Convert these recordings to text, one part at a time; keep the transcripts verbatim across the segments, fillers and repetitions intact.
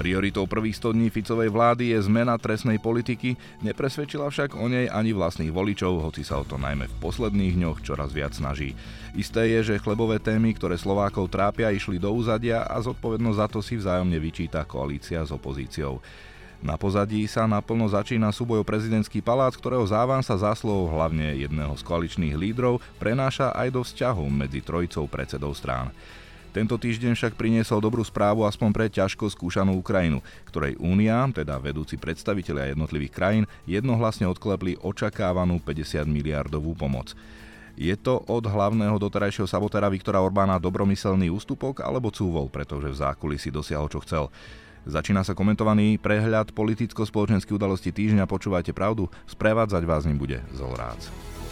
Prioritou prvých sto dní Ficovej vlády je zmena trestnej politiky, nepresvedčila však o nej ani vlastných voličov, hoci sa o to najmä v posledných dňoch čoraz viac snaží. Isté je, že chlebové témy, ktoré Slovákov trápia, išli do úzadia a zodpovednosť za to si vzájomne vyčíta koalícia s opozíciou. Na pozadí sa naplno začína súboj o prezidentský palác, ktorého závan sa záslov hlavne jedného z koaličných lídrov prenáša aj do vzťahu medzi trojicou predsedov strán. Tento týždeň však priniesol dobrú správu aspoň pre ťažko skúšanú Ukrajinu, ktorej Únia, teda vedúci predstavitelia jednotlivých krajín, jednohlasne odklepli očakávanú päťdesiat miliardovú pomoc. Je to od hlavného doterajšieho sabotéra Viktora Orbána dobromyselný ústupok alebo cúvol, pretože v zákulisí dosiahol, čo chcel? Začína sa komentovaný prehľad politicko-spoločenských udalostí týždňa. Počúvajte pravdu, sprevádzať vás ním bude Zolrác.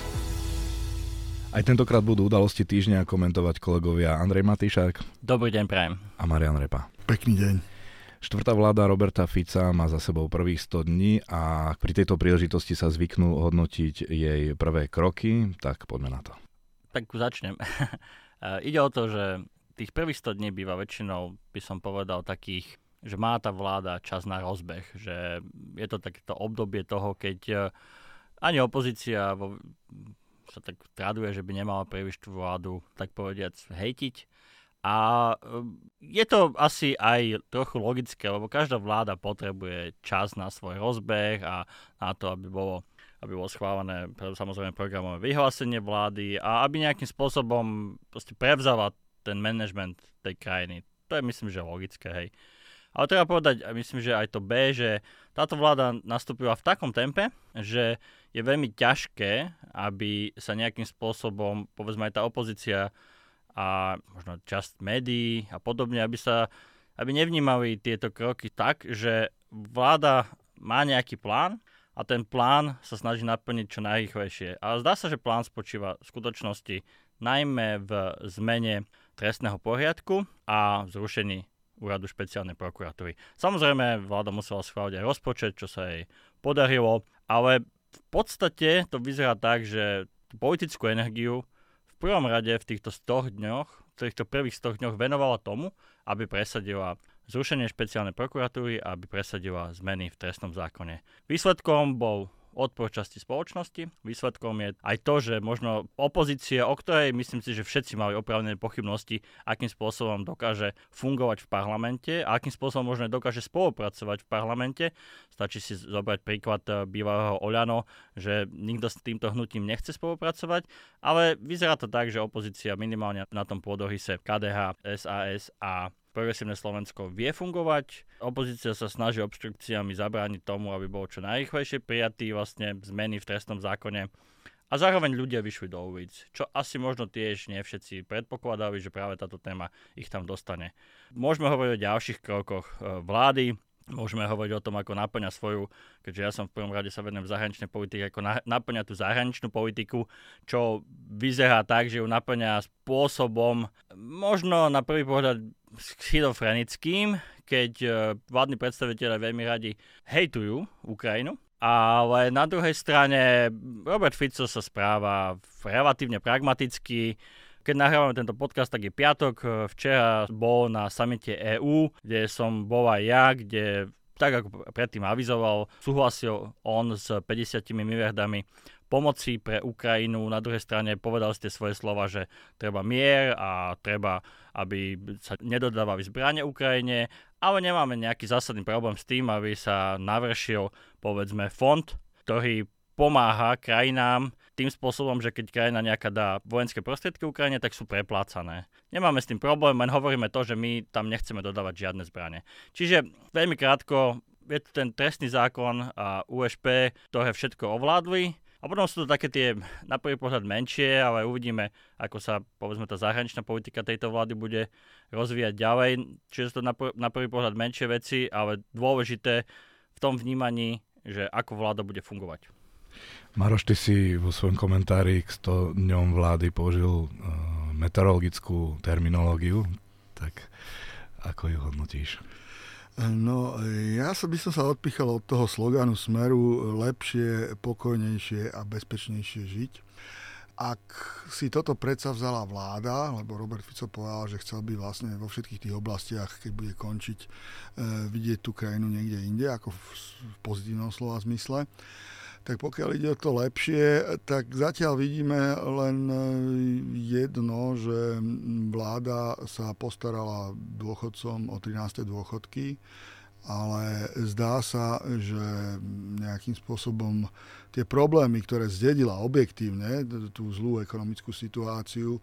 Aj tentokrát budú udalosti týždňa komentovať kolegovia Andrej Matýšák. Dobrý deň, prajem. A Marian Repa. Pekný deň. Štvrtá vláda Roberta Fica má za sebou prvých sto dní a pri tejto príležitosti sa zvyknú hodnotiť jej prvé kroky, tak poďme na to. Tak začnem. Ide o to, že tých prvých sto dní býva väčšinou, by som povedal, takých, že má tá vláda čas na rozbeh, že je to takéto obdobie toho, keď ani opozícia vo sa tak traduje, že by nemala príliš tú vládu, tak povediac, hejtiť. A je to asi aj trochu logické, lebo každá vláda potrebuje čas na svoj rozbeh a na to, aby bolo, aby bolo schválené samozrejme programové vyhlásenie vlády a aby nejakým spôsobom proste prevzala ten manažment tej krajiny. To je, myslím, že logické, hej. Ale treba povedať, a myslím, že aj to B, že táto vláda nastúpila v takom tempe, že je veľmi ťažké, aby sa nejakým spôsobom, povedzme aj tá opozícia a možno časť médií a podobne, aby sa aby nevnímali tieto kroky tak, že vláda má nejaký plán a ten plán sa snaží naplniť čo najrýchlejšie. A zdá sa, že plán spočíva v skutočnosti najmä v zmene trestného poriadku a v zrušení úradu špeciálnej prokuratúry. Samozrejme, vláda musela schváliť aj rozpočet, čo sa jej podarilo, ale v podstate to vyzerá tak, že politickú energiu v prvom rade v týchto sto dňoch, v týchto prvých sto dňoch venovala tomu, aby presadila zrušenie špeciálnej prokuratúry a aby presadila zmeny v trestnom zákone. Výsledkom bol odpor časti spoločnosti. Výsledkom je aj to, že možno opozícia, o ktorej myslím si, že všetci mali oprávnené pochybnosti, akým spôsobom dokáže fungovať v parlamente a akým spôsobom možno dokáže spolupracovať v parlamente. Stačí si zobrať príklad bývalého Oľano, že nikto s týmto hnutím nechce spolupracovať, ale vyzerá to tak, že opozícia minimálne na tom pôdoryse ká dé há, es a es a Progresívne Slovensko vie fungovať. Opozícia sa snaží obštrukciami zabrániť tomu, aby bolo čo najrýchlejšie prijatý vlastne zmeny v trestnom zákone. A zároveň ľudia vyšli do ulic, čo asi možno tiež nie všetci predpokladali, že práve táto téma ich tam dostane. Môžeme hovoriť o ďalších krokoch vlády. Môžeme hovoriť o tom, ako naplňa svoju, keďže ja som v prvom rade sa venujem zahraničnej politike, ako na, naplňa tú zahraničnú politiku, čo vyzerá tak, že ju naplňa spôsobom možno na prvý pohľad schizofrenickým, keď vládni predstavitelia veľmi radi hejtujú Ukrajinu, ale na druhej strane Robert Fico sa správa relatívne pragmaticky. Keď nahrávame tento podcast, tak je piatok. Včera bol na samite é ú, kde som bol aj ja, kde, tak ako predtým avizoval, súhlasil on s päťdesiatimi miliardami pomoci pre Ukrajinu. Na druhej strane povedal ste svoje slova, že treba mier a treba, aby sa nedodávali zbrane Ukrajine, ale nemáme nejaký zásadný problém s tým, aby sa navršil, povedzme, fond, ktorý pomáha krajinám tým spôsobom, že keď krajina nejaká dá vojenské prostriedky Ukrajine, tak sú preplácané. Nemáme s tým problém, len hovoríme to, že my tam nechceme dodávať žiadne zbrane. Čiže veľmi krátko, je tu ten trestný zákon a ú es pé, ktoré všetko ovládli. A potom sú to také tie na prvý pohľad menšie, ale uvidíme, ako sa, povedzme, tá zahraničná politika tejto vlády bude rozvíjať ďalej. Čiže sú to na, pr- na prvý pohľad menšie veci, ale dôležité v tom vnímaní, že ako vláda bude fungovať. Maroš, ty si vo svojom komentári k sto dňom vlády použil uh, meteorologickú terminológiu, tak ako ju hodnotíš? No, ja by som sa odpichal od toho sloganu Smeru lepšie, pokojnejšie a bezpečnejšie žiť. ak si toto predsavzala vláda, lebo Robert Fico povedal, že chcel by vlastne vo všetkých tých oblastiach, keď bude končiť, e, vidieť tú krajinu niekde inde, ako v, v pozitívnom slova zmysle, tak pokiaľ ide o to lepšie, tak zatiaľ vidíme len jedno, že vláda sa postarala dôchodcom o trináste dôchodky, ale zdá sa, že nejakým spôsobom tie problémy, ktoré zdedila objektívne, tú zlú ekonomickú situáciu,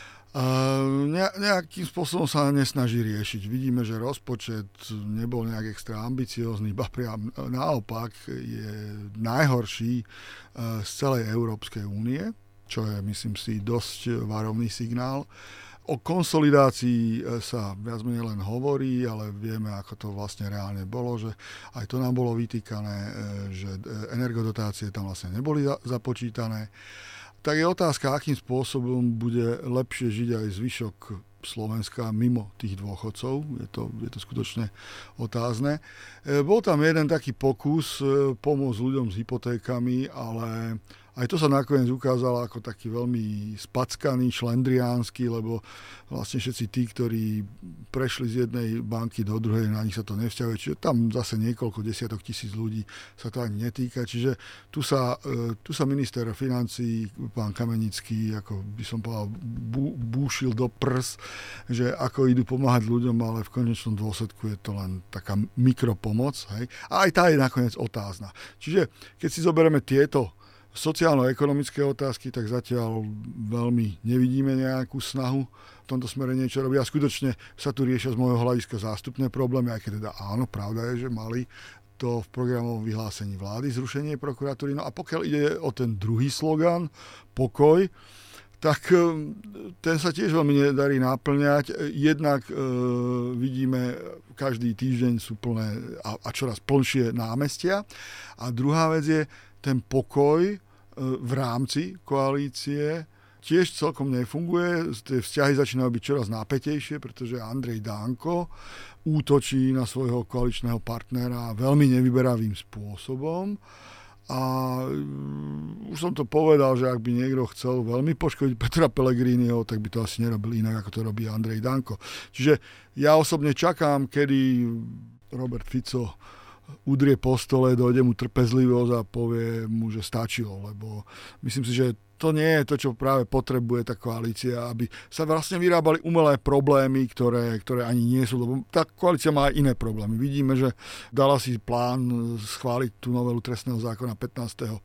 nejakým spôsobom sa nesnaží riešiť. Vidíme, že rozpočet nebol nejak extra ambiciózny, ba priam naopak je najhorší z celej Európskej únie, čo je, myslím si, dosť varovný signál. O konsolidácii sa viac menej len hovorí, ale vieme, ako to vlastne reálne bolo, že aj to nám bolo vytýkané, že energodotácie tam vlastne neboli započítané. Tak je otázka, akým spôsobom bude lepšie žiť aj zvyšok Slovenska mimo tých dôchodcov. Je to, je to skutočne otázne. Bol tam jeden taký pokus pomôcť ľuďom s hypotékami, ale aj to sa nakoniec ukázalo ako taký veľmi spackaný, šlendriánsky, lebo vlastne všetci tí, ktorí prešli z jednej banky do druhej, na nich sa to nevzťahuje. Čiže tam zase niekoľko desiatok tisíc ľudí sa to ani netýka. Čiže tu sa, tu sa minister financií, pán Kamenický, ako by som povedal, bú, búšil do prs, že ako idú pomáhať ľuďom, ale v konečnom dôsledku je to len taká mikropomoc. Hej? A aj tá je nakoniec otázna. Čiže keď si zoberieme tieto sociálno-ekonomické otázky, tak zatiaľ veľmi nevidíme nejakú snahu v tomto smere niečo robiť. A skutočne sa tu riešia z môjho hľadiska zástupné problémy, aj keď teda áno, pravda je, že mali to v programovom vyhlásení vlády zrušenie prokuratúry. No a pokiaľ ide o ten druhý slogan, pokoj, tak ten sa tiež veľmi nedarí náplňať. Jednak e, vidíme, každý týždeň sú plné a, a čoraz plnšie námestia. A druhá vec je, ten pokoj v rámci koalície tiež celkom nefunguje. Tie vzťahy začínajú byť čoraz nápätejšie, pretože Andrej Danko útočí na svojho koaličného partnera veľmi nevyberavým spôsobom. A už som to povedal, že ak by niekto chcel veľmi poškodiť Petra Pellegriniho, tak by to asi nerobil inak, ako to robí Andrej Danko. Čiže ja osobne čakám, kedy Robert Fico udrie po stole, dojde mu trpezlivosť a povie mu, že stačilo, lebo myslím si, že to nie je to, čo práve potrebuje tá koalícia, aby sa vlastne vyrábali umelé problémy, ktoré, ktoré ani nie sú, lebo tá koalícia má aj iné problémy. Vidíme, že dala si plán schváliť tú novelu trestného zákona pätnásteho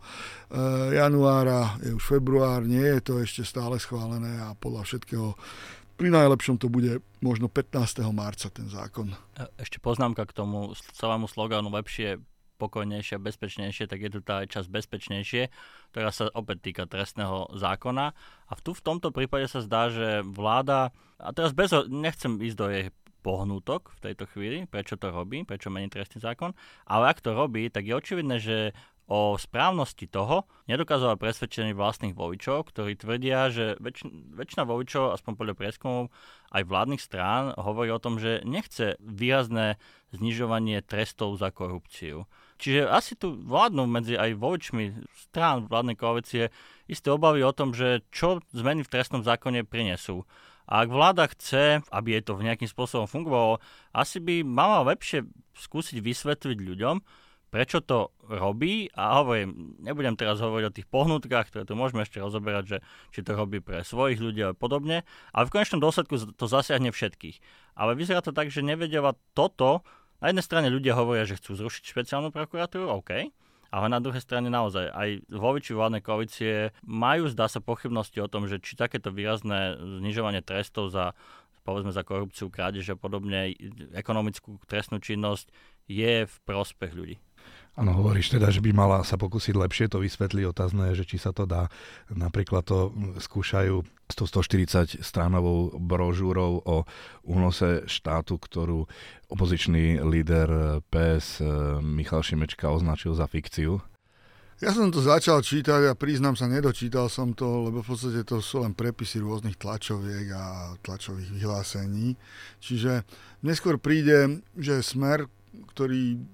januára, je už február, nie je to ešte stále schválené a podľa všetkého pri najlepšom to bude možno pätnásteho marca ten zákon. Ešte poznámka k tomu celému slogánu lepšie, pokojnejšie, bezpečnejšie, tak je tu tá časť bezpečnejšie, ktorá sa opäť týka trestného zákona. A tu v tomto prípade sa zdá, že vláda, a teraz bez, nechcem ísť do jej pohnútok v tejto chvíli, prečo to robí, prečo mení trestný zákon, ale ak to robí, tak je očividné, že o správnosti toho nedokázala presvedčení vlastných voličov, ktorí tvrdia, že väč- väčšina voličov, aspoň podľa prieskumov aj vládnych strán, hovorí o tom, že nechce výrazné znižovanie trestov za korupciu. Čiže asi tu vládnu medzi aj voličmi strán vládnej koalície isté obavy o tom, že čo zmeny v trestnom zákone prinesú. A ak vláda chce, aby jej to v nejakým spôsobom fungovalo, asi by mala lepšie skúsiť vysvetliť ľuďom, prečo to robí, a hovorím, nebudem teraz hovoriť o tých pohnutkách, ktoré tu môžeme ešte rozoberať, že či to robí pre svojich ľudí a podobne, ale v konečnom dôsledku to zasiahne všetkých. Ale vyzerá to tak, že nevedela toto. Na jednej strane ľudia hovoria, že chcú zrušiť špeciálnu prokuratúru, OK, ale na druhej strane naozaj aj voliči vládnej koalície majú, zdá sa, pochybnosti o tom, že či takéto výrazné znižovanie trestov za, povedzme, za korupciu, krádež a podobne, ekonomickú trestnú činnosť je v prospech ľudí. Áno, hovoríš teda, že by mala sa pokúsiť lepšie to vysvetliť. Otázne je, že či sa to dá. Napríklad to skúšajú sto stoštyridsať stránovou brožúrou o únose štátu, ktorú opozičný líder pé es Michal Šimečka označil za fikciu. Ja som to začal čítať a priznám sa, nedočítal som to, lebo v podstate to sú len prepisy rôznych tlačoviek a tlačových vyhlásení. Čiže neskôr príde, že Smer, ktorý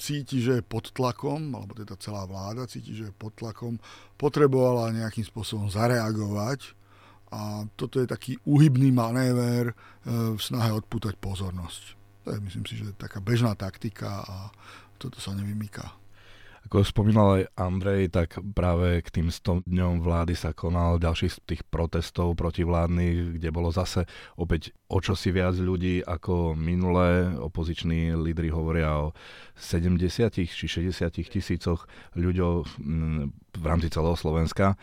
cíti, že je pod tlakom, alebo teda celá vláda cíti, že je pod tlakom, potrebovala nejakým spôsobom zareagovať a toto je taký úhybný manéver v snahe odpútať pozornosť. To je, myslím si, že taká bežná taktika a toto sa nevymýka. Ako spomínal aj Andrej, tak práve k tým sto dňom vlády sa konal ďalší z tých protestov protivládnych, kde bolo zase opäť o čosi viac ľudí ako minulé. Opoziční lídri hovoria o sedemdesiat či šesťdesiat tisícoch ľuďoch v rámci celého Slovenska.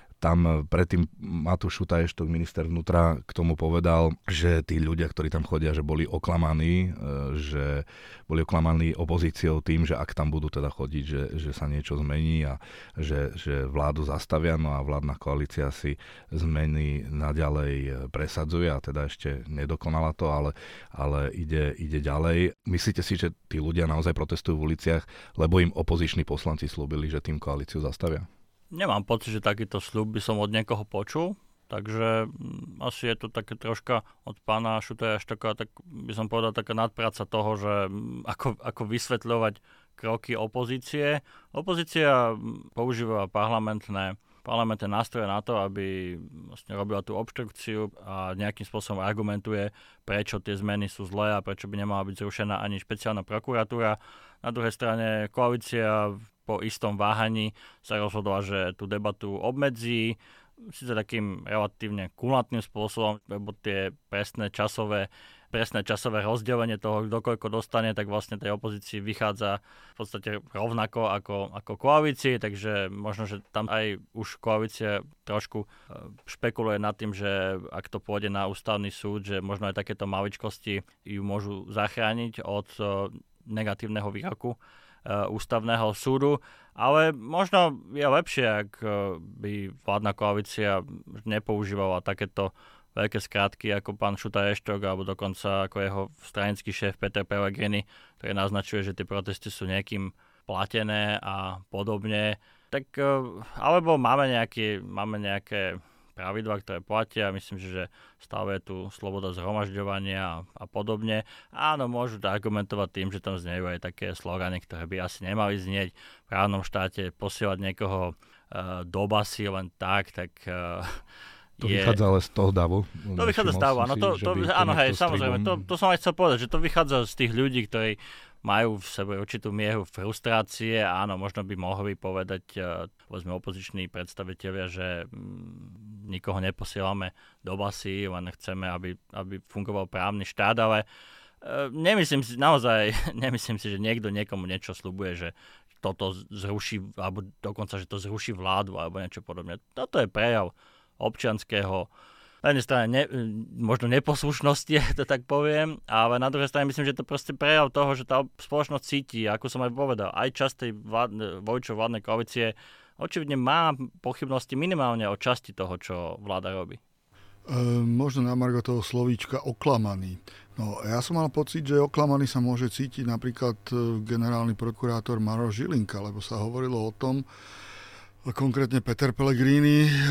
Tam predtým Matúš Šutaj-Eštok, minister vnútra, k tomu povedal, že tí ľudia, ktorí tam chodia, že boli oklamaní, že boli oklamaní opozíciou tým, že ak tam budú teda chodiť, že, že sa niečo zmení a že, že vládu zastavia, no a vládna koalícia si zmeny naďalej presadzuje a teda ešte nedokonala to, ale, ale ide, ide ďalej. Myslíte si, že tí ľudia naozaj protestujú v uliciach, lebo im opoziční poslanci slúbili, že tým koalíciu zastavia? Nemám pocit, že takýto sľub by som od niekoho počul, takže asi je to také troška od pána Šutaja-Eštoka, tak by som povedal taká nadpráca toho, že ako, ako vysvetľovať kroky opozície. Opozícia používa parlamentné, parlamentné nástroje na to, aby vlastne robila tú obštrukciu a nejakým spôsobom argumentuje, prečo tie zmeny sú zlé a prečo by nemala byť zrušená ani špeciálna prokuratúra. Na druhej strane koalícia po istom váhaní sa rozhodla, že tú debatu obmedzí, síce takým relatívne kulantným spôsobom, lebo tie presné časové, presné časové rozdelenie toho, kto koľko dostane, tak vlastne tej opozícii vychádza v podstate rovnako ako, ako koalícii, takže možno, že tam aj už koalícia trošku špekuluje nad tým, že ak to pôjde na ústavný súd, že možno aj takéto maličkosti ju môžu zachrániť od negatívneho výroku ústavného súdu, ale možno je lepšie, ak by vládna koalícia nepoužívala takéto veľké skratky ako pán Šutaj-Eštok alebo dokonca ako jeho stranický šéf Peter Pellegrini, ktorý naznačuje, že tie protesty sú niekým platené a podobne. Tak alebo máme nejaké, máme nejaké pravidlá, ktoré platia. Myslím, že stále je tu sloboda zhromažďovania a, a podobne. Áno, môžu to argumentovať tým, že tam znievajú aj také slogany, ktoré by asi nemali znieť v právnom štáte. Posielať niekoho uh, do basy len tak, tak uh, to je... vychádza ale z toho davu. To vychádza z davu, áno. To, to, áno, hej, samozrejme. To, to som aj chcel povedať, že to vychádza z tých ľudí, ktorí majú v sebe určitú mieru frustrácie a áno, možno by mohli povedať povedzme opoziční predstavitelia, že mm, nikoho neposielame do basy, len chceme, aby, aby fungoval právny štát, ale e, nemyslím si, naozaj nemyslím si, že niekto niekomu niečo sľubuje, že toto zruší, alebo dokonca, že to zruší vládu, alebo niečo podobné. Toto je prejav občianskeho na jednej strane ne, možno neposlušnosti, to tak poviem, ale na druhej strane myslím, že to proste prejav toho, že tá spoločnosť cíti, ako som aj povedal, aj časť tej vlád, voličov vládnej koalície očividne má pochybnosti minimálne o časti toho, čo vláda robí. E, možno na margo toho slovíčka oklamaný. No, ja som mal pocit, že oklamaný sa môže cítiť napríklad generálny prokurátor Maroš Žilinka, lebo sa hovorilo o tom, konkrétne Peter Pellegrini e,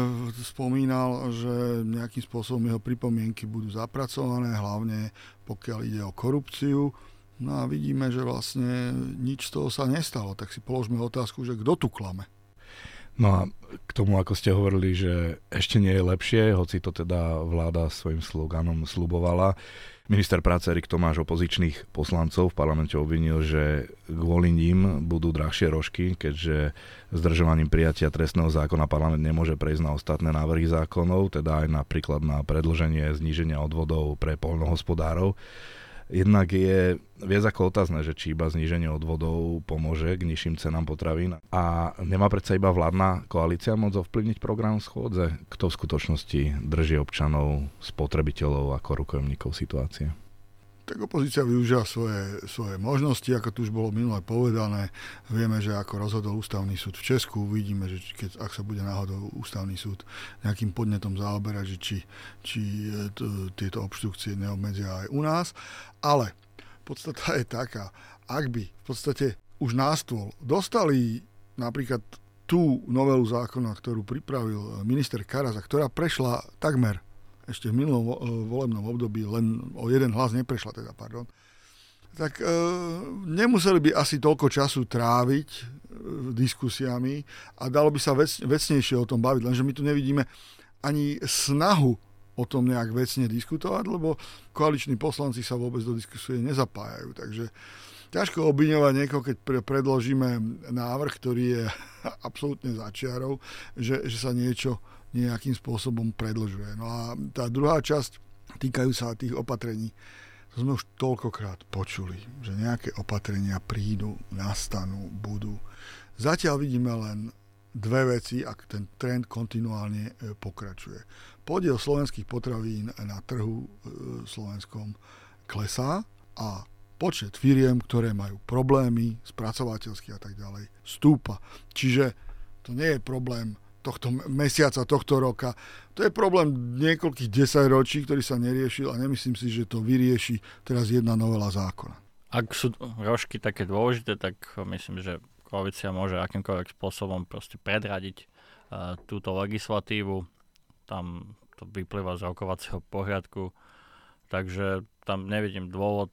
spomínal, že nejakým spôsobom jeho pripomienky budú zapracované, hlavne pokiaľ ide o korupciu. No a vidíme, že vlastne nič z toho sa nestalo. Tak si položme otázku, že kto tu klame? No a k tomu, ako ste hovorili, že ešte nie je lepšie, hoci to teda vláda svojim sloganom slubovala. Minister práce Erik Tomáš opozičných poslancov v parlamente obvinil, že kvôli ním budú drahšie rožky, keďže zdržovaním prijatia trestného zákona parlament nemôže prejsť na ostatné návrhy zákonov, teda aj napríklad na predĺženie zníženia odvodov pre poľnohospodárov. Jednak je viac ako otázne, že či iba zníženie odvodov pomôže k nižším cenám potravín. A nemá predsa iba vládna koalícia moc ovplyvniť program schôdze? Kto v skutočnosti drží občanov, spotrebiteľov ako rukojemníkov situácie? Tak opozícia využíva svoje, svoje možnosti, ako tu už bolo minule povedané. Vieme, že ako rozhodol ústavný súd v Česku, uvidíme, že keď, ak sa bude náhodou ústavný súd nejakým podnetom zaoberať, že či, či to, tieto obštrukcie neobmedzia aj u nás. Ale podstata je taká, ak by v podstate už na stôl dostali napríklad tú novelu zákona, ktorú pripravil minister Karas, ktorá prešla takmer ešte v minulom volebnom období len o jeden hlas neprešla, teda, pardon. tak e, nemuseli by asi toľko času tráviť e, diskusiami a dalo by sa vec, vecnejšie o tom baviť, lenže my tu nevidíme ani snahu o tom nejak vecne diskutovať, lebo koaliční poslanci sa vôbec do diskusie nezapájajú, takže ťažko obviňovať niekoho, keď pre, predložíme návrh, ktorý je absolútne za čiarou, že, že sa niečo nejakým spôsobom predlžuje. No a tá druhá časť týkajú sa tých opatrení. To sme už toľkokrát počuli, že nejaké opatrenia prídu, nastanú, budú. Zatiaľ vidíme len dve veci, ak ten trend kontinuálne pokračuje. Podiel slovenských potravín na trhu slovenskom klesá a počet firiem, ktoré majú problémy, spracovateľských a tak ďalej, stúpa. Čiže to nie je problém tohto mesiaca, tohto roka. To je problém niekoľkých desaťročí, ktorý sa neriešil a nemyslím si, že to vyrieši teraz jedna novela zákona. Ak sú rožky také dôležité, tak myslím, že koalícia môže akýmkoľvek spôsobom proste predradiť uh, túto legislatívu. Tam to vyplýva z rokovacieho poriadku, takže tam nevidím dôvod.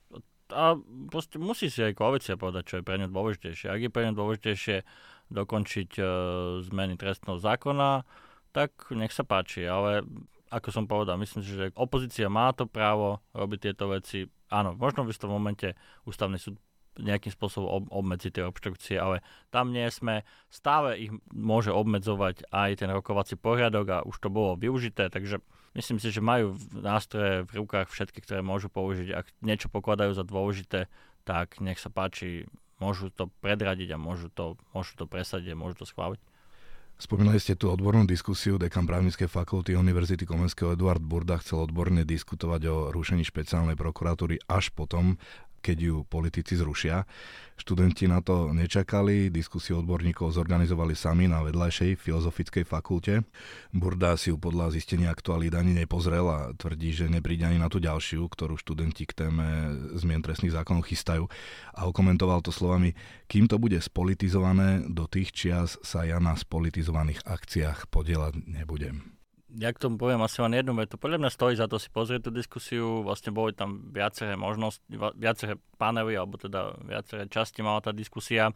A proste musí si aj koalícia povedať, čo je pre ňu dôležitejšie. Ak je pre ňu dôležitejšie dokončiť e, zmeny trestného zákona, tak nech sa páči. Ale ako som povedal, myslím si, že opozícia má to právo robiť tieto veci. Áno, možno v istom momente ústavný súd nejakým spôsobom ob- obmedzi tie obštrukcie, ale tam nie sme. Stále ich môže obmedzovať aj ten rokovací poriadok a už to bolo využité, takže myslím si, že majú nástroje v rukách všetky, ktoré môžu použiť. Ak niečo pokladajú za dôležité, tak nech sa páči, môžu to predradiť a môžu to, môžu to presadiť a môžu to schváliť. Spomínali ste tú odbornú diskusiu. Dekan právnickej fakulty Univerzity Komenského Eduard Burda chcel odborne diskutovať o rušení špeciálnej prokuratúry až potom, keď ju politici zrušia. Študenti na to nečakali, diskusiu odborníkov zorganizovali sami na vedľajšej filozofickej fakulte. Burda si ju podľa zistenia aktualít ani nepozrel a tvrdí, že nepríde ani na tú ďalšiu, ktorú študenti k téme zmien trestných zákonov chystajú. A okomentoval to slovami: kým to bude spolitizované, do tých čias sa ja na spolitizovaných akciách podieľať nebudem. Ja k tomu poviem asi len jednu vetu. Podľa mňa stojí za to si pozrieť tú diskusiu. Vlastne boli tam viaceré možnosti, viaceré panely, alebo teda viaceré časti mala tá diskusia.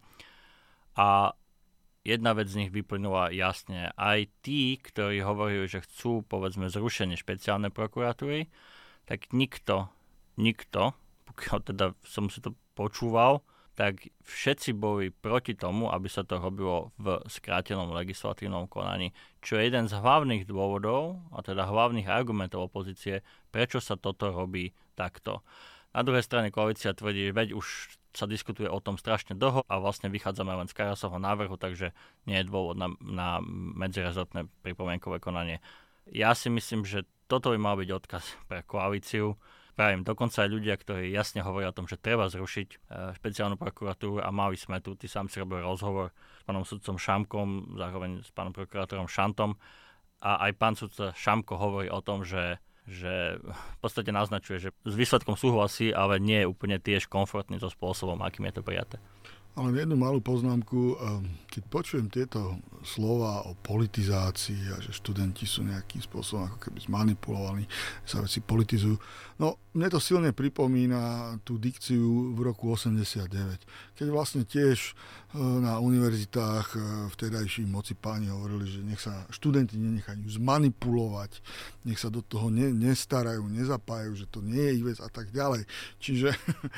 A jedna vec z nich vyplynula jasne. Aj tí, ktorí hovorili, že chcú, povedzme, zrušenie špeciálnej prokuratúry, tak nikto, nikto, pokiaľ teda som si to počúval, tak všetci boli proti tomu, aby sa to robilo v skrátenom legislatívnom konaní. Čo je jeden z hlavných dôvodov, a teda hlavných argumentov opozície, prečo sa toto robí takto. Na druhej strane koalícia tvrdí, veď už sa diskutuje o tom strašne dlho a vlastne vychádzame len z Karasovho návrhu, takže nie je dôvod na, na medzirezortné pripomienkové konanie. Ja si myslím, že toto by mal byť odkaz pre koalíciu. Pravím, dokonca aj ľudia, ktorí jasne hovoria o tom, že treba zrušiť e, špeciálnu prokuratúru a mali sme tu, ty sám si robil rozhovor s pánom sudcom Šamkom, zároveň s pánom prokurátorom Šantom a aj pán sudca Šamko hovorí o tom, že, že v podstate naznačuje, že s výsledkom súhlasí, ale nie je úplne tiež komfortný so spôsobom, akým je to prijaté. Ale jednu malú poznámku, keď počujem tieto slova o politizácii a že študenti sú nejakým spôsobom ako keby zmanipulovaní, sa veci politizujú, no mne to silne pripomína tú dikciu v roku osemdesiatdeväť, keď vlastne tiež na univerzitách vtedajší moci páni hovorili, že nech sa študenti nenechajú zmanipulovať, nech sa do toho ne, nestarajú, nezapájajú, že to nie je ich vec a tak ďalej. Čiže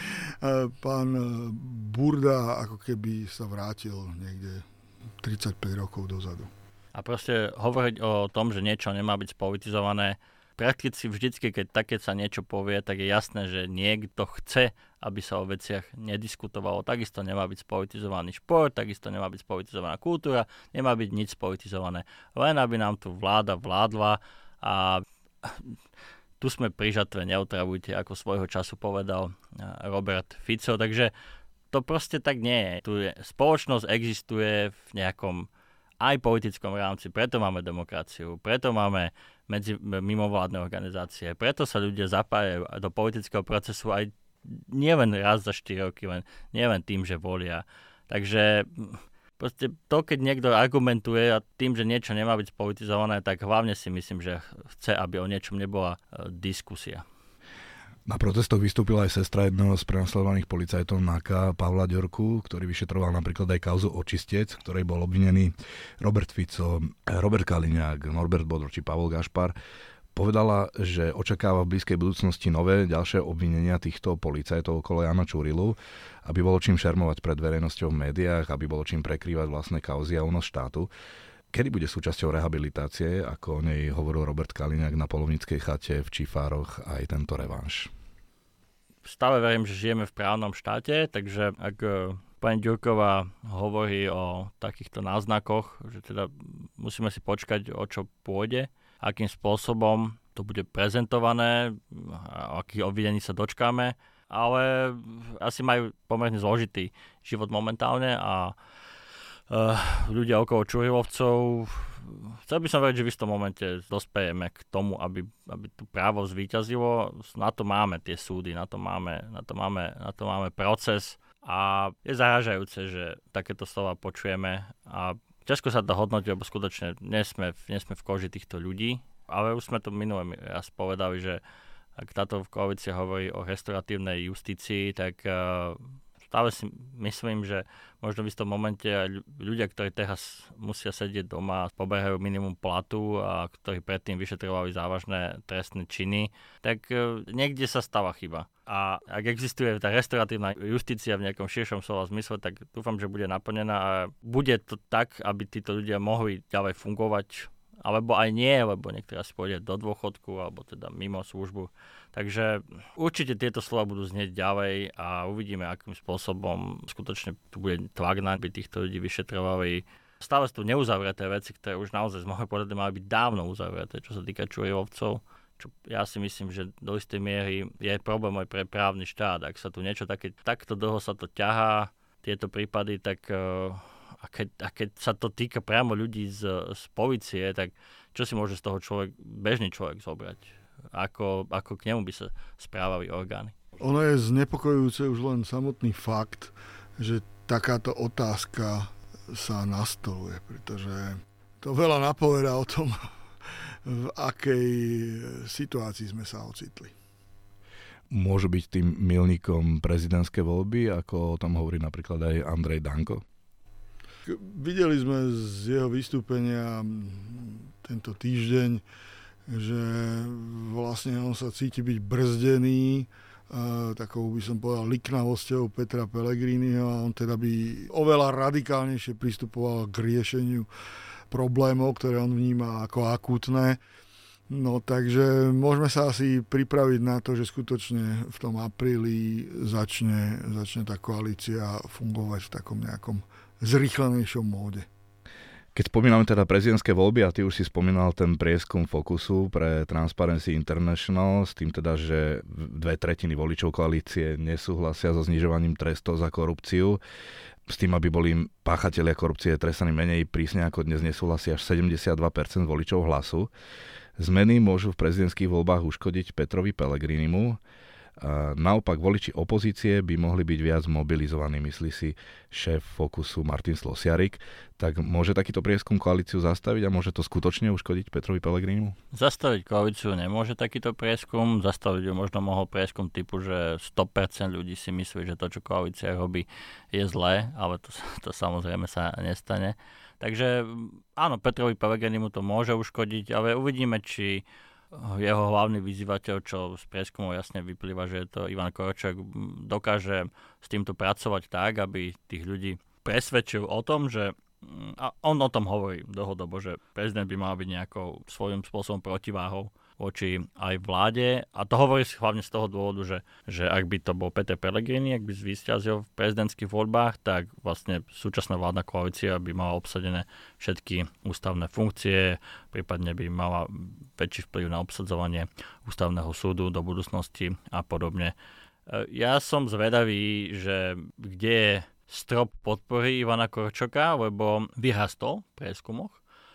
pán Burda ako keby sa vrátil niekde tridsaťpäť rokov dozadu. A proste hovoriť o tom, že niečo nemá byť spolitizované, prakticky vždycky, keď také sa niečo povie, tak je jasné, že niekto chce, aby sa o veciach nediskutovalo. Takisto nemá byť spolitizovaný šport, takisto nemá byť spolitizovaná kultúra, nemá byť nič spolitizované. Len aby nám tu vláda vládla a tu sme pri žatve, neotravujte, ako svojho času povedal Robert Fico. Takže to proste tak nie je. Tu je, spoločnosť existuje v nejakom aj politickom rámci, preto máme demokraciu, preto máme medzi mimovládne organizácie, preto sa ľudia zapájajú do politického procesu aj nielen raz za štyri roky, len nielen tým, že volia. Takže proste to, keď niekto argumentuje a tým, že niečo nemá byť spolitizované, tak hlavne si myslím, že chce, aby o niečom nebola diskusia. Na protestoch vystúpila aj sestra jedného z prenasledovaných policajtov NAKA, Pavla Ďorku, ktorý vyšetroval napríklad aj kauzu Očistec, v ktorej bol obvinený Robert Fico, Robert Kaliňák, Norbert Bodor či Pavol Gašpar. Povedala, že očakáva v blízkej budúcnosti nové ďalšie obvinenia týchto policajtov okolo Jana Čurilu, aby bolo čím šermovať pred verejnosťou v médiách, aby bolo čím prekrývať vlastné kauzy a únos štátu. Kedy bude súčasťou rehabilitácie, ako o nej hovoril Robert Kaliňák na Polovníckej chate v Čifároch, aj tento revanš? Stále verím, že žijeme v právnom štáte, takže ak pani Ďurková hovorí o takýchto náznakoch, že teda musíme si počkať, o čo pôjde, akým spôsobom to bude prezentované, o akých obvinení sa dočkáme, ale asi majú pomerne zložitý život momentálne a uh, ľudia okolo Čurilovcov, chcel by som veriť, že v istom momente dospejeme k tomu, aby, aby tu právo zvíťazilo. Na to máme tie súdy, na to máme, na to máme, na to máme proces a je zarážajúce, že takéto slova počujeme a ťažko sa to hodnotí, lebo skutočne nie sme, nie sme v koži týchto ľudí, ale už sme to minulé raz povedali, že ak táto koalícia hovorí o restauratívnej justícii, tak uh, stále si myslím, že možno v istom momente aj ľudia, ktorí teraz musia sedieť doma a poberajú minimum platu a ktorí predtým vyšetrovali závažné trestné činy, tak uh, niekde sa stáva chyba. A ak existuje tá restauratívna justícia v nejakom širšom slova zmysle, tak dúfam, že bude naplnená a bude to tak, aby títo ľudia mohli ďalej fungovať, alebo aj nie, lebo niektorá si pôjde do dôchodku, alebo teda mimo službu. Takže určite tieto slova budú znieť ďalej a uvidíme, akým spôsobom skutočne tu bude tlak na, aby týchto ľudí vyšetrovali. Stále sú tu neuzavreté veci, ktoré už naozaj z môjho pohľadu mali byť dávno uzavreté, čo sa týka Čurilovcov. Čo ja si myslím, že do istej miery je problém aj pre právny štát. Ak sa tu niečo také, takto dlho sa to ťahá, tieto prípady, tak uh, a, keď, a keď sa to týka priamo ľudí z, z polície, tak čo si môže z toho človek, bežný človek zobrať? Ako, ako k nemu by sa správali orgány? Ono je znepokojujúce už len samotný fakt, že takáto otázka sa nastoluje, pretože to veľa napovedá o tom, v akej situácii sme sa ocitli. Môžu byť tým milníkom prezidentské voľby, ako o tom hovorí napríklad aj Andrej Danko? Videli sme z jeho vystúpenia tento týždeň, že vlastne on sa cíti byť brzdený takou, by som povedal, liknavosťou Petra Pellegriniho a on teda by oveľa radikálnejšie pristupoval k riešeniu problémov, ktoré on vníma ako akútne. No takže môžeme sa asi pripraviť na to, že skutočne v tom apríli začne, začne tá koalícia fungovať v takom nejakom zrýchlenejšom móde. Keď spomíname teda prezidentské voľby a ty už si spomínal ten prieskum Focusu pre Transparency International s tým teda, že dve tretiny voličov koalície nesúhlasia so znižovaním trestov za korupciu, s tým, aby boli páchatelia korupcie trestaní menej prísne ako dnes, nesúhlasia až sedemdesiatdva percent voličov Hlasu. Zmeny môžu v prezidentských voľbách uškodiť Petrovi Pellegrinimu. A naopak voliči opozície by mohli byť viac mobilizovaní, myslí si šéf Focusu Martin Slosiarik. Tak môže takýto prieskum koalíciu zastaviť a môže to skutočne uškodiť Petrovi Pellegrinimu? Zastaviť koalíciu nemôže takýto prieskum. Zastaviť ju možno mohol prieskum typu, že sto percent ľudí si myslí, že to, čo koalícia robí, je zlé, ale to, to samozrejme sa nestane. Takže áno, Petrovi Pellegrinimu to môže uškodiť, ale uvidíme, či jeho hlavný vyzývateľ, čo z prieskumov jasne vyplýva, že je to Ivan Korčok, dokáže s týmto pracovať tak, aby tých ľudí presvedčil o tom, že a on o tom hovorí dlhodobo, že prezident by mal byť nejakou svojím spôsobom protiváhou voči aj vláde. A to hovorí si hlavne z toho dôvodu, že, že ak by to bol Peter Pellegrini, ak by zvíťazil v prezidentských voľbách, tak vlastne súčasná vládna koalícia by mala obsadené všetky ústavné funkcie, prípadne by mala väčší vplyv na obsadzovanie ústavného súdu do budúcnosti a podobne. Ja som zvedavý, že kde je strop podpory Ivana Korčoka, lebo vyrastol v prieskumoch.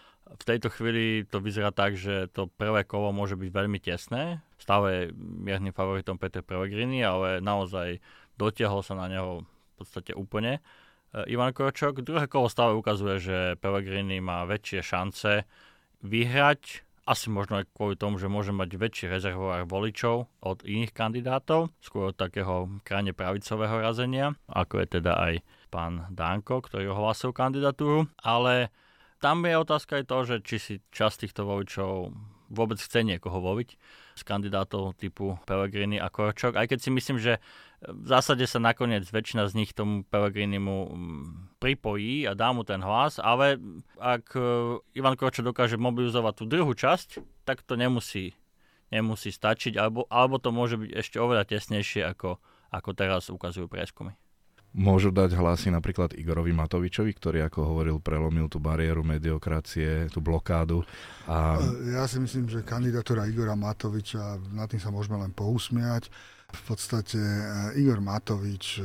V tejto chvíli to vyzerá tak, že to prvé kolo môže byť veľmi tesné. Stále je miernym favoritom Peter Pellegrini, ale naozaj dotiahol sa na neho v podstate úplne Ivan Korčok. Druhé kolo stále ukazuje, že Pellegrini má väčšie šance vyhrať Asi možno aj kvôli tomu, že môže mať väčší rezervoár voličov od iných kandidátov, skôr od takého krajne pravicového razenia, ako je teda aj pán Danko, ktorý ohlásil kandidatúru. Ale tam je otázka aj to, že či si časť týchto voličov vôbec chce niekoho voliť z kandidátov typu Pellegrini a Korčok, aj keď si myslím, že v zásade sa nakoniec väčšina z nich tomu Pellegrinimu pripojí a dá mu ten hlas, ale ak Ivan Korčok dokáže mobilizovať tú druhú časť, tak to nemusí, nemusí stačiť, alebo, alebo to môže byť ešte oveľa tesnejšie, ako, ako teraz ukazujú prieskumy. Môžu dať hlasy napríklad Igorovi Matovičovi, ktorý, ako hovoril, prelomil tú bariéru mediokracie, tú blokádu. A... Ja si myslím, že kandidatúra Igora Matoviča, nad tým sa môžeme len pousmiať. V podstate Igor Matovič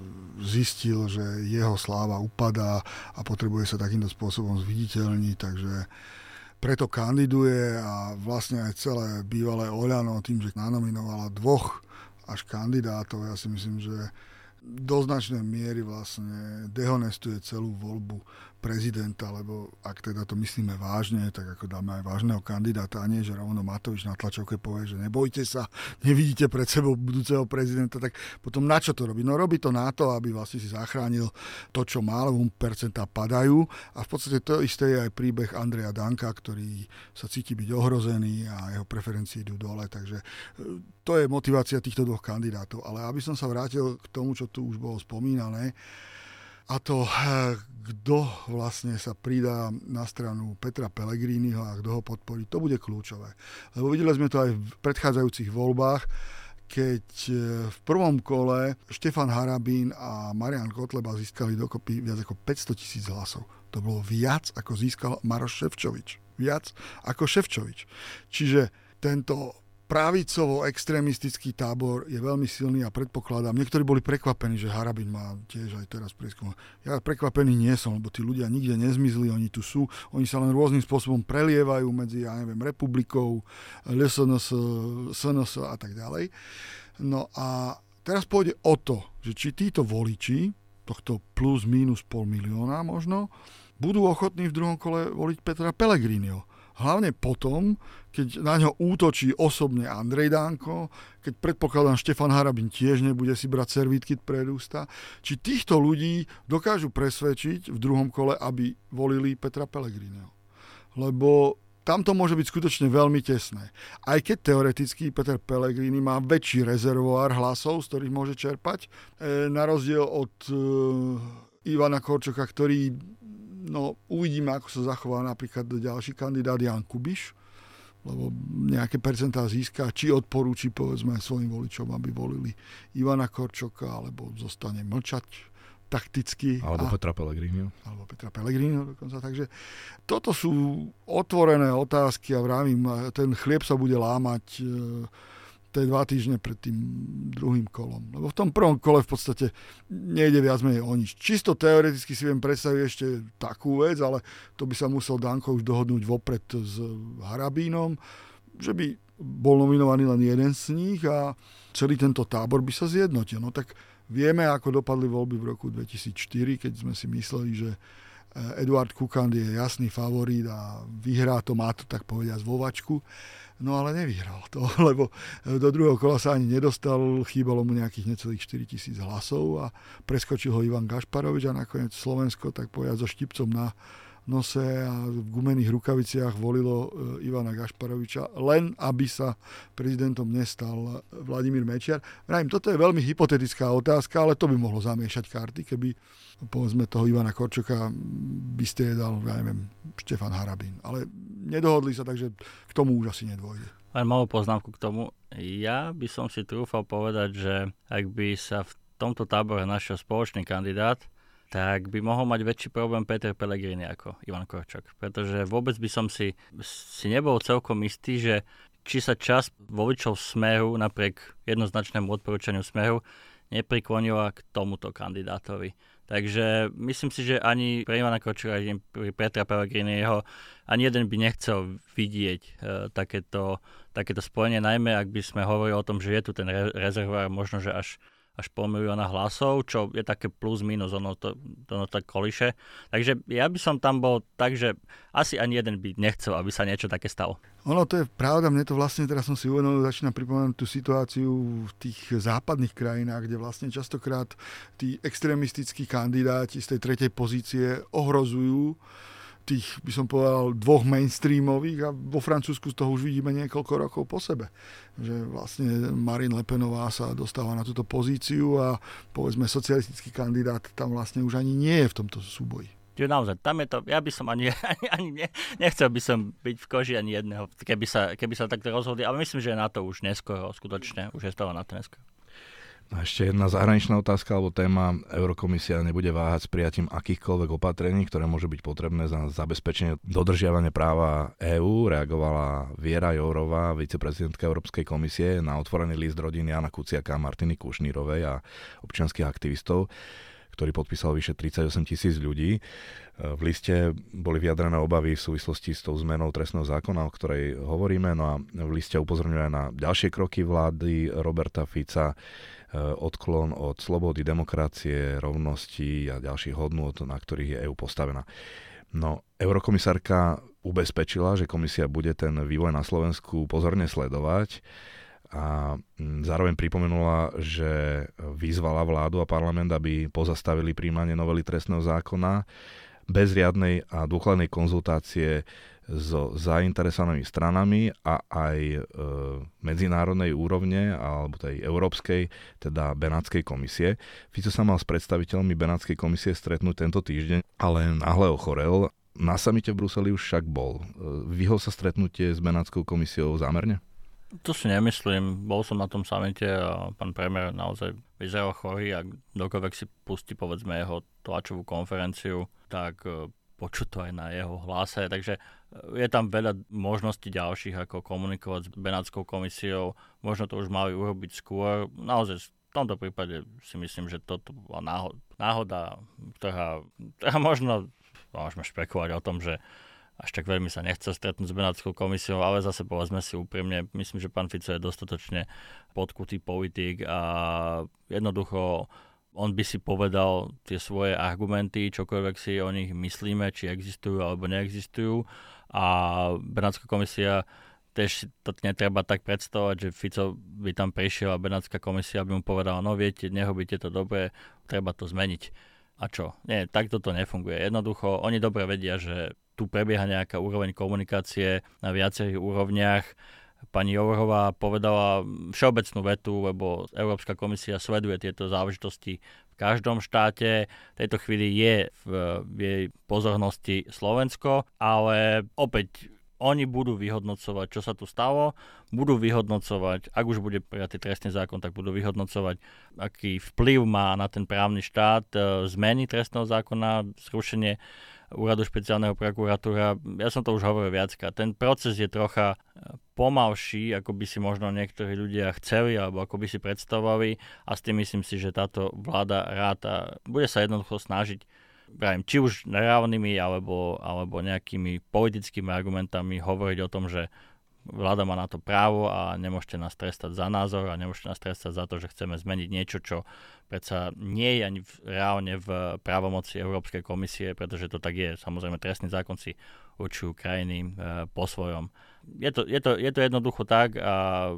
zistil, že jeho sláva upadá a potrebuje sa takýmto spôsobom zviditeľniť, takže preto kandiduje a vlastne aj celé bývalé Oľano tým, že nanominovala dvoch až kandidátov, ja si myslím, že do značnej miery vlastne dehonestuje celú voľbu prezidenta, lebo ak teda to myslíme vážne, tak ako dáme aj vážneho kandidáta, a nie, že rovno Matovič na tlačovke povie, že nebojte sa, nevidíte pred sebou budúceho prezidenta, tak potom na čo to robí? No robí to na to, aby vlastne si zachránil to, čo má, lebo percentá padajú a v podstate to isté je aj príbeh Andreja Danka, ktorý sa cíti byť ohrozený a jeho preferencie idú dole, takže to je motivácia týchto dvoch kandidátov. Ale aby som sa vrátil k tomu, čo tu už bolo spomínané, a to, kto vlastne sa pridá na stranu Petra Pellegriniho a kto ho podporí, to bude kľúčové. Lebo videli sme to aj v predchádzajúcich voľbách, keď v prvom kole Štefan Harabín a Marian Kotleba získali dokopy viac ako päťsto tisíc hlasov. To bolo viac, ako získal Maroš Šefčovič. Viac ako Šefčovič. Čiže tento pravicovo-extrémistický tábor je veľmi silný a predpokladám, niektorí boli prekvapení, že Harabin má tiež aj teraz prieskum. Ja prekvapený nie som, lebo tí ľudia nikde nezmizli, oni tu sú, oni sa len rôznym spôsobom prelievajú medzi, ja neviem, Republikou, el es en es, es en es a tak ďalej. No a teraz pôjde o to, že či títo voliči, tohto plus minus pol milióna možno, budú ochotní v druhom kole voliť Petra Pellegriniho. Hlavne potom, keď na ňo útočí osobne Andrej Danko, keď predpokladám Štefan Harabin tiež nebude si brať servítky pred ústa, či týchto ľudí dokážu presvedčiť v druhom kole, aby volili Petra Pellegriniho. Lebo tam to môže byť skutočne veľmi tesné. Aj keď teoreticky Peter Pellegrini má väčší rezervoár hlasov, z ktorých môže čerpať, na rozdiel od Ivana Korčoka, ktorý no uvidíme, ako sa zachová napríklad ďalší kandidát Jan Kubiš, lebo nejaké percentá získa, či odporúči povedzme svojim voličom, aby volili Ivana Korčoka, alebo zostane mlčať takticky. Alebo a, Petra Pellegriniho. Alebo Petra Pellegriniho dokonca. Takže toto sú otvorené otázky a vravím, ten chlieb sa bude lámať tie dva týždne pred tým druhým kolom. Lebo v tom prvom kole v podstate nejde viac menej o nič. Čisto teoreticky si viem predstaviť ešte takú vec, ale to by sa musel Danko už dohodnúť vopred s Harabínom, že by bol nominovaný len jeden z nich a celý tento tábor by sa zjednotil. No tak vieme, ako dopadli voľby v roku dvetisícštyri, keď sme si mysleli, že Eduard Kukand je jasný favorit a vyhrá to, má to tak povediať vo vačku. No ale nevyhral to, lebo do druhého kola sa ani nedostal, chýbalo mu nejakých necelých štyritisíc hlasov a preskočil ho Ivan Gašparovič a nakoniec Slovensko, tak povedať, so štipcom na nose a v gumených rukaviciach volilo Ivana Gašparoviča, len aby sa prezidentom nestal Vladimír Mečiar. Vrajím, toto je veľmi hypotetická otázka, ale to by mohlo zamiešať karty, keby povedzme toho Ivana Korčoka by striedal, ja neviem, Štefan Harabín. Ale nedohodli sa, takže k tomu už asi nedôjde. Len malú poznámku k tomu. Ja by som si trúfal povedať, že ak by sa v tomto tábore našiel spoločný kandidát, tak by mohol mať väčší problém Peter Pellegrini ako Ivan Korčok. Pretože vôbec by som si, si nebol celkom istý, že či sa časť voličov Smeru napriek jednoznačnému odporúčaniu Smeru nepriklonila k tomuto kandidátovi. Takže myslím si, že ani pre Ivana Korčoka, ani pre Petra Pellegriniho ani jeden by nechcel vidieť e, takéto, takéto spojenie, najmä ak by sme hovorili o tom, že je tu ten re- rezervoár možno, že až až pol milióna hlasov, čo je také plus minus, ono to, ono tak koliše. Takže ja by som tam bol tak, že asi ani jeden by nechcel, aby sa niečo také stalo. Ono to je pravda, mne to vlastne, teraz som si uvedomil, začína pripomínať tú situáciu v tých západných krajinách, kde vlastne častokrát tí extrémistickí kandidáti z tej tretej pozície ohrozujú tých, by som povedal, dvoch mainstreamových a vo Francúzsku toho už vidíme niekoľko rokov po sebe. Že vlastne Marine Le Penová sa dostáva na túto pozíciu a povedzme socialistický kandidát tam vlastne už ani nie je v tomto súboji. Čiže naozaj, tam je to, ja by som ani, ani, ani ne, nechcel by som byť v koži ani jedného, keby sa, keby sa takto rozhodli, ale myslím, že je na to už neskoro, skutočne, už je to na to neskoro. A ešte jedna zahraničná otázka alebo téma. Eurokomisia nebude váhať s prijatím akýchkoľvek opatrení, ktoré môžu byť potrebné za zabezpečenie dodržiavania práva EÚ. Reagovala Viera Jourová, viceprezidentka Európskej komisie, na otvorený list rodiny Jana Kuciaka a Martiny Kušnírovej a občianskych aktivistov, ktorý podpísal vyše tridsaťosem tisíc ľudí. V liste boli vyjadrené obavy v súvislosti s tou zmenou trestného zákona, o ktorej hovoríme. No a v liste upozorňuje aj na ďalšie kroky vlády Roberta Fica, odklon od slobody, demokracie, rovnosti a ďalších hodnôt, na ktorých je EÚ postavená. No, eurokomisárka ubezpečila, že komisia bude ten vývoj na Slovensku pozorne sledovať a zároveň pripomenula, že vyzvala vládu a parlament, aby pozastavili príjmanie novely trestného zákona bez riadnej a dôkladnej konzultácie so zainteresovanými stranami a aj e, medzinárodnej úrovne, alebo tej európskej, teda Benátskej komisie. Fico sa mal s predstaviteľmi Benátskej komisie stretnúť tento týždeň, ale náhle ochorel. Na samite v Bruseli už však bol. Vyhol sa stretnutie s Benátskou komisiou zámerne? To si nemyslím. Bol som na tom samite a pán premiér naozaj vyzeral chorý a kdokoľvek si pustí povedzme jeho tlačovú konferenciu, tak počuť to aj na jeho hlase. Takže je tam veľa možností ďalších, ako komunikovať s Benátskou komisiou. Možno to už mali urobiť skôr. Naozaj v tomto prípade si myslím, že toto bola náhoda, náhoda ktorá, ktorá možno, môžeme špekulovať o tom, že až tak veľmi sa nechce stretnúť s Benátskou komisiou, ale zase povedzme si úprimne, myslím, že pán Fico je dostatočne podkutý politik a jednoducho on by si povedal tie svoje argumenty, čokoľvek si o nich myslíme, či existujú alebo neexistujú. A Benátska komisia tiež to netreba tak predstavovať, že Fico by tam prišiel a Benátska komisia by mu povedala, no viete, nerobíte to dobre, treba to zmeniť. A čo? Nie, takto to nefunguje. Jednoducho, oni dobre vedia, že tu prebieha nejaká úroveň komunikácie na viacerých úrovniach. Pani Jourová povedala všeobecnú vetu, lebo Európska komisia sleduje tieto záležitosti v každom štáte. V tejto chvíli je v, v jej pozornosti Slovensko, ale opäť oni budú vyhodnocovať, čo sa tu stalo, budú vyhodnocovať, ak už bude prijatý trestný zákon, tak budú vyhodnocovať, aký vplyv má na ten právny štát zmeny trestného zákona, zrušenie úradu špeciálneho prokuratúra. Ja som to už hovoril viackrát. Ten proces je trocha pomalší, ako by si možno niektorí ľudia chceli, alebo ako by si predstavovali a s tým myslím si, že táto vláda ráta bude sa jednoducho snažiť, pravím, či už reálnymi alebo, alebo nejakými politickými argumentami hovoriť o tom, že vláda má na to právo a nemôžete nás trestať za názor a nemôžete nás trestať za to, že chceme zmeniť niečo, čo predsa nie je ani v, reálne v právomoci Európskej komisie, pretože to tak je. Samozrejme, trestný zákon si určujú krajiny e, po svojom. Je to, je, to, je to jednoducho tak a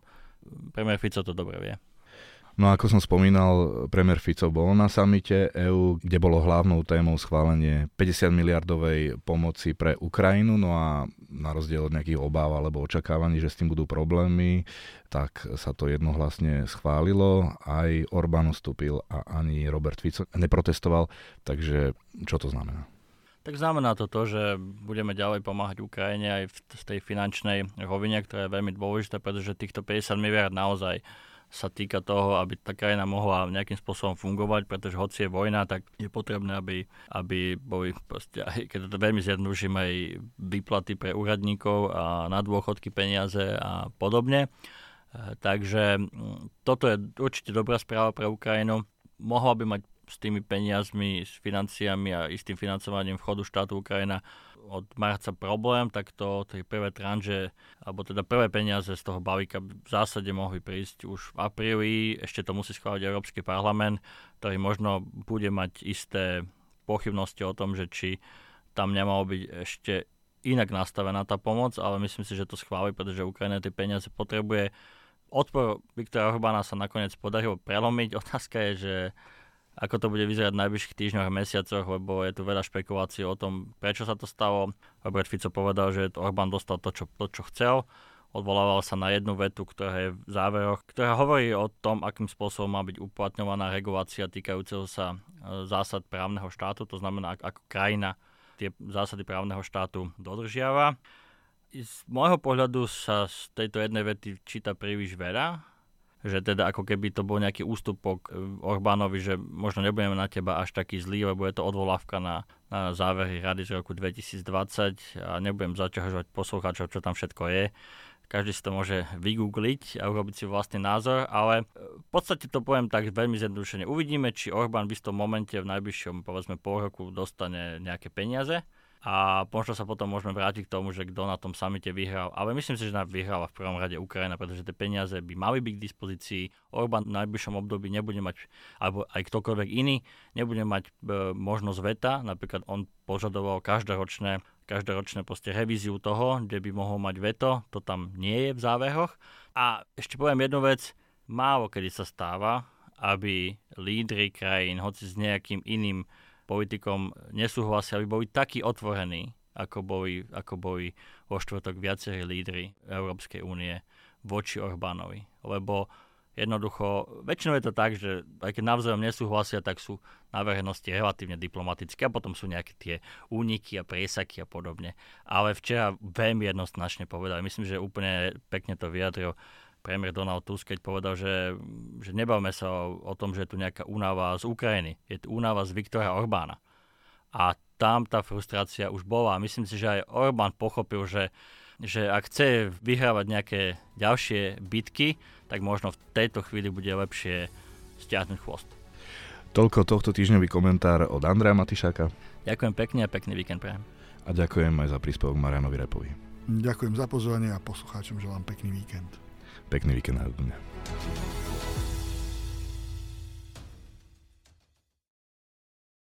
premiér Fico to dobre vie. No ako som spomínal, premiér Fico bol na samite EÚ, kde bolo hlavnou témou schválenie päťdesiat miliardovej pomoci pre Ukrajinu, no a na rozdiel od nejakých obáv alebo očakávaní, že s tým budú problémy, tak sa to jednohlasne schválilo. Aj Orbán ustúpil a ani Robert Fico neprotestoval, takže čo to znamená? Tak znamená to to, že budeme ďalej pomáhať Ukrajine aj v tej finančnej rovine, ktorá je veľmi dôležitá, pretože týchto päťdesiat miliard naozaj sa týka toho, aby tá krajina mohla nejakým spôsobom fungovať, pretože hoci je vojna, tak je potrebné, aby, aby boli proste, aj keď to veľmi zjednoduším, aj výplaty pre úradníkov a na dôchodky peniaze a podobne. Takže toto je určite dobrá správa pre Ukrajinu. Mohla by mať s tými peniazmi, s financiami a istým financovaním vchodu štátu Ukrajina od marca problém, tak to tie prvé tranže, alebo teda prvé peniaze z toho balíka v zásade mohli prísť už v apríli. Ešte to musí schváliť Európsky parlament, ktorý možno bude mať isté pochybnosti o tom, že či tam nemalo byť ešte inak nastavená tá pomoc, ale myslím si, že to schváli, pretože Ukrajina tie peniaze potrebuje. Odpor Viktora Orbána sa nakoniec podarilo prelomiť. Otázka je, že ako to bude vyzerať v najbližších týždňoch a mesiacoch, lebo je tu veľa špekulácií o tom, prečo sa to stalo. Robert Fico povedal, že Orbán dostal to, čo, to, čo chcel. Odvolával sa na jednu vetu, ktorá je v záveroch, ktorá hovorí o tom, akým spôsobom má byť uplatňovaná regulácia týkajúceho sa zásad právneho štátu, to znamená, ako krajina tie zásady právneho štátu dodržiava. Z môjho pohľadu sa z tejto jednej vety číta príliš veľa, že teda ako keby to bol nejaký ústupok Orbánovi, že možno nebudeme na teba až taký zlý, lebo je to odvolávka na, na závery rady z roku dvetisícdvadsať a nebudem zaťažovať poslucháčov, čo tam všetko je. Každý si to môže vygoogliť a urobiť si vlastný názor, ale v podstate to poviem tak veľmi zjednodušene. Uvidíme, či Orbán v istom momente v najbližšom, povedzme, pol roku dostane nejaké peniaze a možno sa potom môžeme vrátiť k tomu, že kto na tom samite vyhral. Ale myslím si, že vyhrala v prvom rade Ukrajina, pretože tie peniaze by mali byť k dispozícii. Orbán v najbližšom období nebude mať, alebo aj ktokoľvek iný, nebude mať e, možnosť veta. Napríklad on požadoval každoročné, každoročné proste revíziu toho, kde by mohol mať veto. To tam nie je v záveroch. A ešte poviem jednu vec. Málo kedy sa stáva, aby lídri krajín, hoci s nejakým iným politikom nesúhlasia, aby boli takí otvorení, ako boli, ako boli vo štvrtok viacerí lídri Európskej únie voči Orbánovi. Lebo jednoducho, väčšinou je to tak, že aj keď navzájom nesúhlasia, tak sú na verejnosti relatívne diplomatické a potom sú nejaké tie úniky a priesaky a podobne. Ale včera veľmi jednoznačne povedal, myslím, že úplne pekne to vyjadril premiér Donald Tusk, keď povedal, že, že nebavme sa o, o tom, že je tu nejaká únava z Ukrajiny. Je tu únava z Viktora Orbána. A tam tá frustrácia už bola. Myslím si, že aj Orbán pochopil, že, že ak chce vyhrávať nejaké ďalšie bitky, tak možno v tejto chvíli bude lepšie stiahnuť chvost. Toľko tohto týždňový komentár od Andreja Matišáka. Ďakujem pekne a pekný víkend prajem. A ďakujem aj za príspevok Marianovi Repovi. Ďakujem za pozvanie a poslucháčom želám pekný víkend. Pekný víkend na dňa.